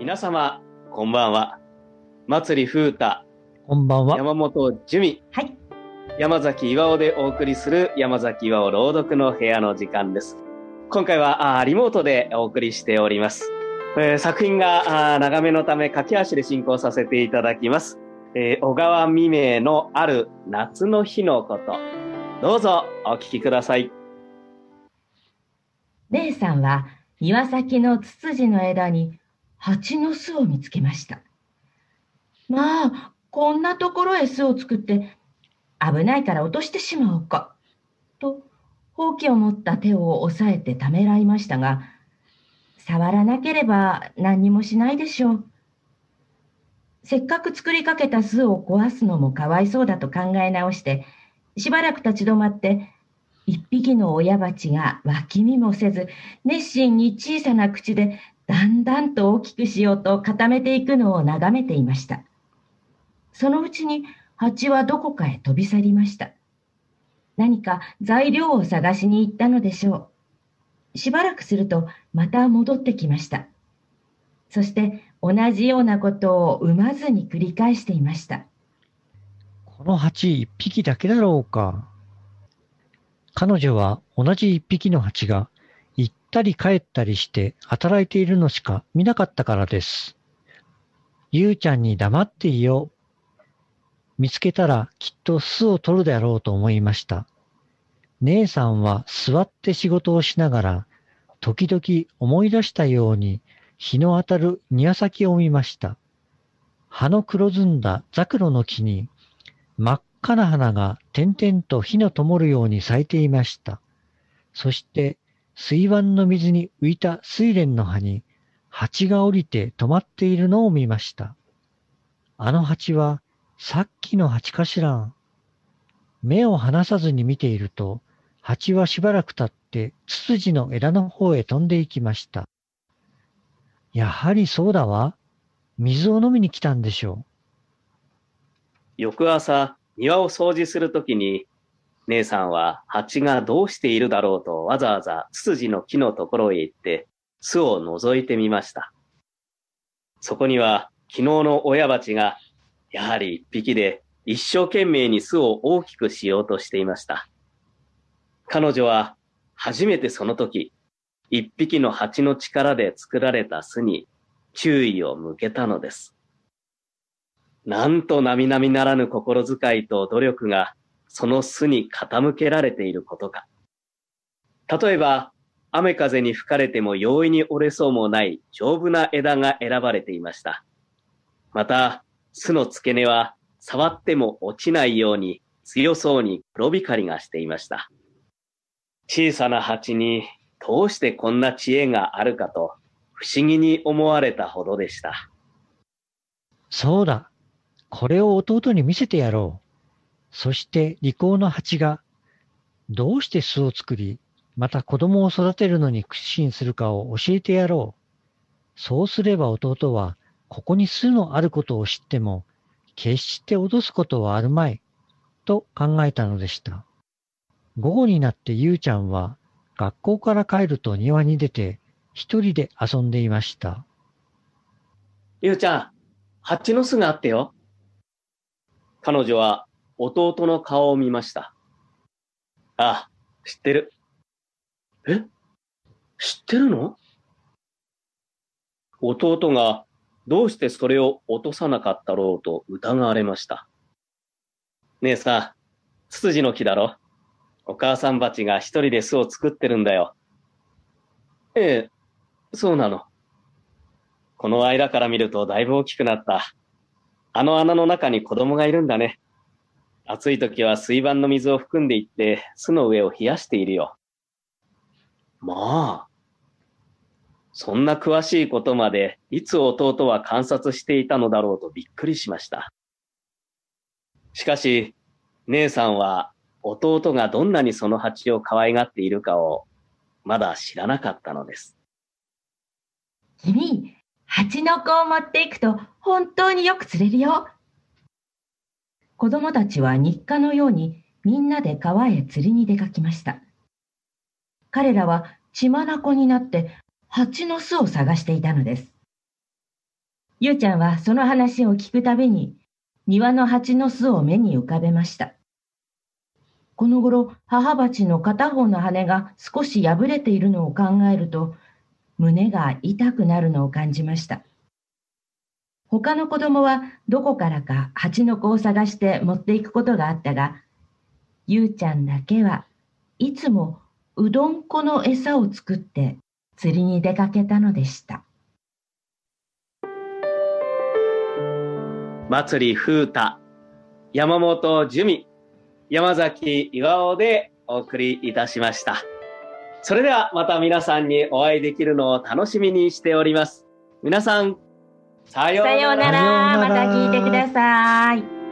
皆様、こんばんは。松里風太、 こんばんは。 山本樹美、 はい。 山崎巌でお送りする山崎巌朗読の部屋の時間です。今回はリモートでお送りしております。作品が長めのため駆け足で進行させていただきます。小川未明のある夏の日のこと。どうぞお聞きください。 姉さんは庭先のツツジの枝に蜂の巣を見つけました。まあ、こんなところへ巣を作って危ないから落としてしまおうか。と、ほうきを持った手を押さえてためらいましたが、触らなければ何にもしないでしょう。せっかく作りかけた巣を壊すのもかわいそうだと考え直して、しばらく立ち止まって、一匹の親蜂が脇見もせず、熱心に小さな口でだんだんと大きくしようと固めていくのを眺めていました。そのうちに蜂はどこかへ飛び去りました。何か材料を探しに行ったのでしょう。しばらくするとまた戻ってきました。そして同じようなことを産まずに繰り返していました。 この蜂一匹だけだろうか。彼女は同じ一匹の蜂が行ったり帰ったりして働いているのしか見なかったからです。ゆうちゃんに黙っていよう。見つけたらきっと巣を取るであろうと思いました。姉さんは座って仕事をしながら、時々思い出したように日の当たる庭先を見ました。葉の黒ずんだザクロの木に真っ赤な花が点々と火の灯るように咲いていました。そして水湾の水に浮いた睡蓮の葉に蜂が降りて止まっているのを見ました。あの蜂はさっきの蜂かしら。目を離さずに見ていると、蜂はしばらく経ってツツジの枝の方へ飛んでいきました。やはりそうだわ。水を飲みに来たんでしょう。 翌朝、庭を掃除するときに、姉さんは蜂がどうしているだろうとわざわざツツジの木のところへ行って巣を覗いてみました。そこには昨日の親蜂がやはり一匹で一生懸命に巣を大きくしようとしていました。彼女は初めてその時、一匹の蜂の力で作られた巣に注意を向けたのです。なんと並々ならぬ心遣いと努力がその巣に傾けられていることか。例えば、雨風に吹かれても容易に折れそうもない丈夫な枝が選ばれていました。また、巣の付け根は触っても落ちないように強そうに黒光りがしていました。小さな蜂にどうしてこんな知恵があるかと不思議に思われたほどでした。 そうだ。これを弟に見せてやろう。そして利口の蜂がどうして巣を作り、また子供を育てるのに苦心するかを教えてやろう。そうすれば弟はここに巣のあることを知っても、決して脅すことはあるまい、と考えたのでした。午後になってゆうちゃんは学校から帰ると庭に出て一人で遊んでいました。 ゆうちゃん、蜂の巣があってよ。彼女は弟の顔を見ました。あ、知ってる。え？知ってるの？弟がどうしてそれを落とさなかったろうと疑われました。姉さん、ツツジの木だろ？お母さん蜂が一人で巣を作ってるんだよ。ええ、そうなの。この間から見るとだいぶ大きくなった。あの穴の中に子供がいるんだね。暑い時は水盤の水を含んでいって巣の上を冷やしているよ。まあ、そんな詳しいことまでいつ弟は観察していたのだろうとびっくりしました。しかし、姉さんは弟がどんなにその蜂を可愛がっているかをまだ知らなかったのです。 君、蜂の子を持っていくと本当によく釣れるよ。子供たちは日課のようにみんなで川へ釣りに出かけました。彼らは血眼になって蜂の巣を探していたのです。 ゆうちゃんはその話を聞くたびに、庭の蜂の巣を目に浮かべました。この頃、母蜂の片方の羽が少し破れているのを考えると、胸が痛くなるのを感じました。他の子供はどこからか蜂の子を探して持っていくことがあったが、ゆうちゃんだけはいつもうどん粉の餌を作って釣りに出かけたのでした。 松里風太、山本珠美、山崎巌でお送りいたしました。それではまた皆さんにお会いできるのを楽しみにしております。皆さん、さようなら。 さようなら。また聞いてください。